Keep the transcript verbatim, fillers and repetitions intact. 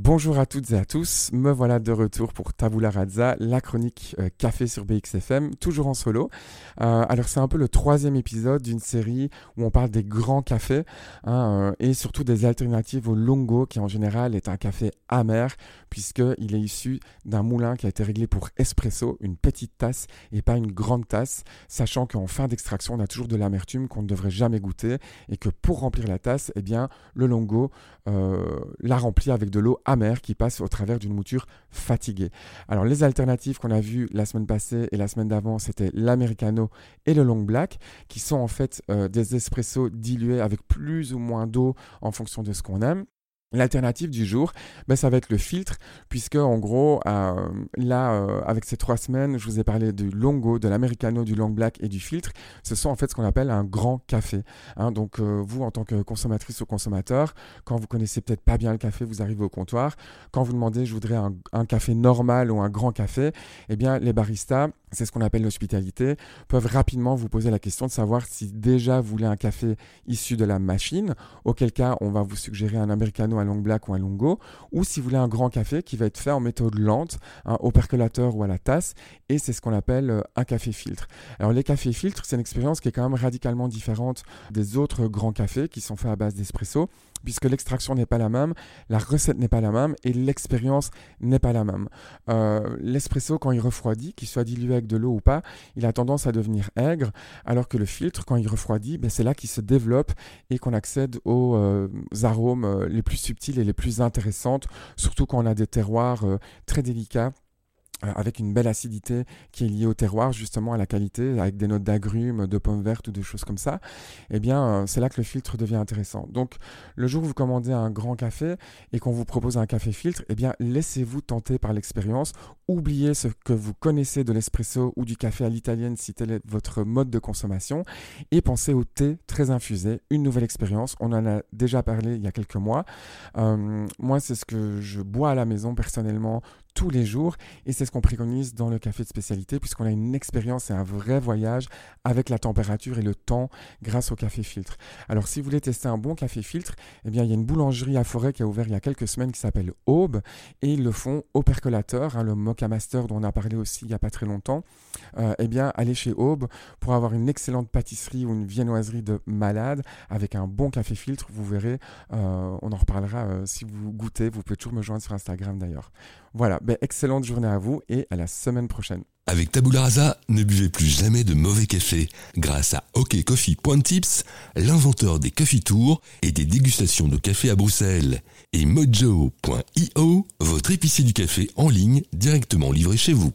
Bonjour à toutes et à tous, me voilà de retour pour Tabula Rasa, la chronique euh, café sur B X F M, toujours en solo. Euh, alors c'est un peu le troisième épisode d'une série où on parle des grands cafés hein, euh, et surtout des alternatives au longo qui en général est un café amer puisqu'il est issu d'un moulin qui a été réglé pour espresso, une petite tasse et pas une grande tasse, sachant qu'en fin d'extraction on a toujours de l'amertume qu'on ne devrait jamais goûter et que pour remplir la tasse, eh bien, le longo euh, la remplit avec de l'eau amère qui passe au travers d'une mouture fatiguée. Alors les alternatives qu'on a vues la semaine passée et la semaine d'avant, c'était l'americano et le long black, qui sont en fait euh, des espressos dilués avec plus ou moins d'eau en fonction de ce qu'on aime. L'alternative du jour, ben, ça va être le filtre, puisque en gros, euh, là, euh, avec ces trois semaines, je vous ai parlé du longo, de l'americano, du long black et du filtre. Ce sont en fait ce qu'on appelle un grand café. Hein. Donc euh, vous, en tant que consommatrice ou consommateur, quand vous connaissez peut-être pas bien le café, vous arrivez au comptoir. Quand vous demandez, je voudrais un, un café normal ou un grand café, eh bien les baristas, c'est ce qu'on appelle l'hospitalité, peuvent rapidement vous poser la question de savoir si déjà vous voulez un café issu de la machine, auquel cas on va vous suggérer un americano, un long black ou un longo, ou si vous voulez un grand café qui va être fait en méthode lente, hein, au percolateur ou à la tasse, et c'est ce qu'on appelle euh, un café filtre. Alors les cafés filtres, c'est une expérience qui est quand même radicalement différente des autres grands cafés qui sont faits à base d'espresso, puisque l'extraction n'est pas la même, la recette n'est pas la même et l'expérience n'est pas la même. Euh, l'espresso, quand il refroidit, qu'il soit dilué avec de l'eau ou pas, il a tendance à devenir aigre, alors que le filtre, quand il refroidit, ben, c'est là qu'il se développe et qu'on accède aux euh, arômes euh, les plus subtils et les plus intéressantes, surtout quand on a des terroirs euh, très délicats, avec une belle acidité qui est liée au terroir, justement à la qualité, avec des notes d'agrumes, de pommes vertes ou de choses comme ça, eh bien, c'est là que le filtre devient intéressant. Donc, le jour où vous commandez un grand café et qu'on vous propose un café filtre, eh bien, laissez-vous tenter par l'expérience. Oubliez ce que vous connaissez de l'espresso ou du café à l'italienne si tel est votre mode de consommation et pensez au thé très infusé, une nouvelle expérience. On en a déjà parlé il y a quelques mois. Euh, moi, c'est ce que je bois à la maison personnellement tous les jours et c'est ce qu'on préconise dans le café de spécialité puisqu'on a une expérience et un vrai voyage avec la température et le temps grâce au café filtre. Alors si vous voulez tester un bon café filtre, eh bien il y a une boulangerie à Forêt qui a ouvert il y a quelques semaines qui s'appelle Aube et ils le font au percolateur, hein, le Mocha Master dont on a parlé aussi il n'y a pas très longtemps. Euh, eh bien allez chez Aube pour avoir une excellente pâtisserie ou une viennoiserie de malade avec un bon café filtre, vous verrez, euh, on en reparlera euh, si vous goûtez, vous pouvez toujours me joindre sur Instagram d'ailleurs. Voilà, ben, excellente journée à vous et à la semaine prochaine. Avec Tabula Rasa, ne buvez plus jamais de mauvais café grâce à okcoffee.tips, l'inventeur des coffee tours et des dégustations de café à Bruxelles, et mojo point io, votre épicier du café en ligne directement livré chez vous.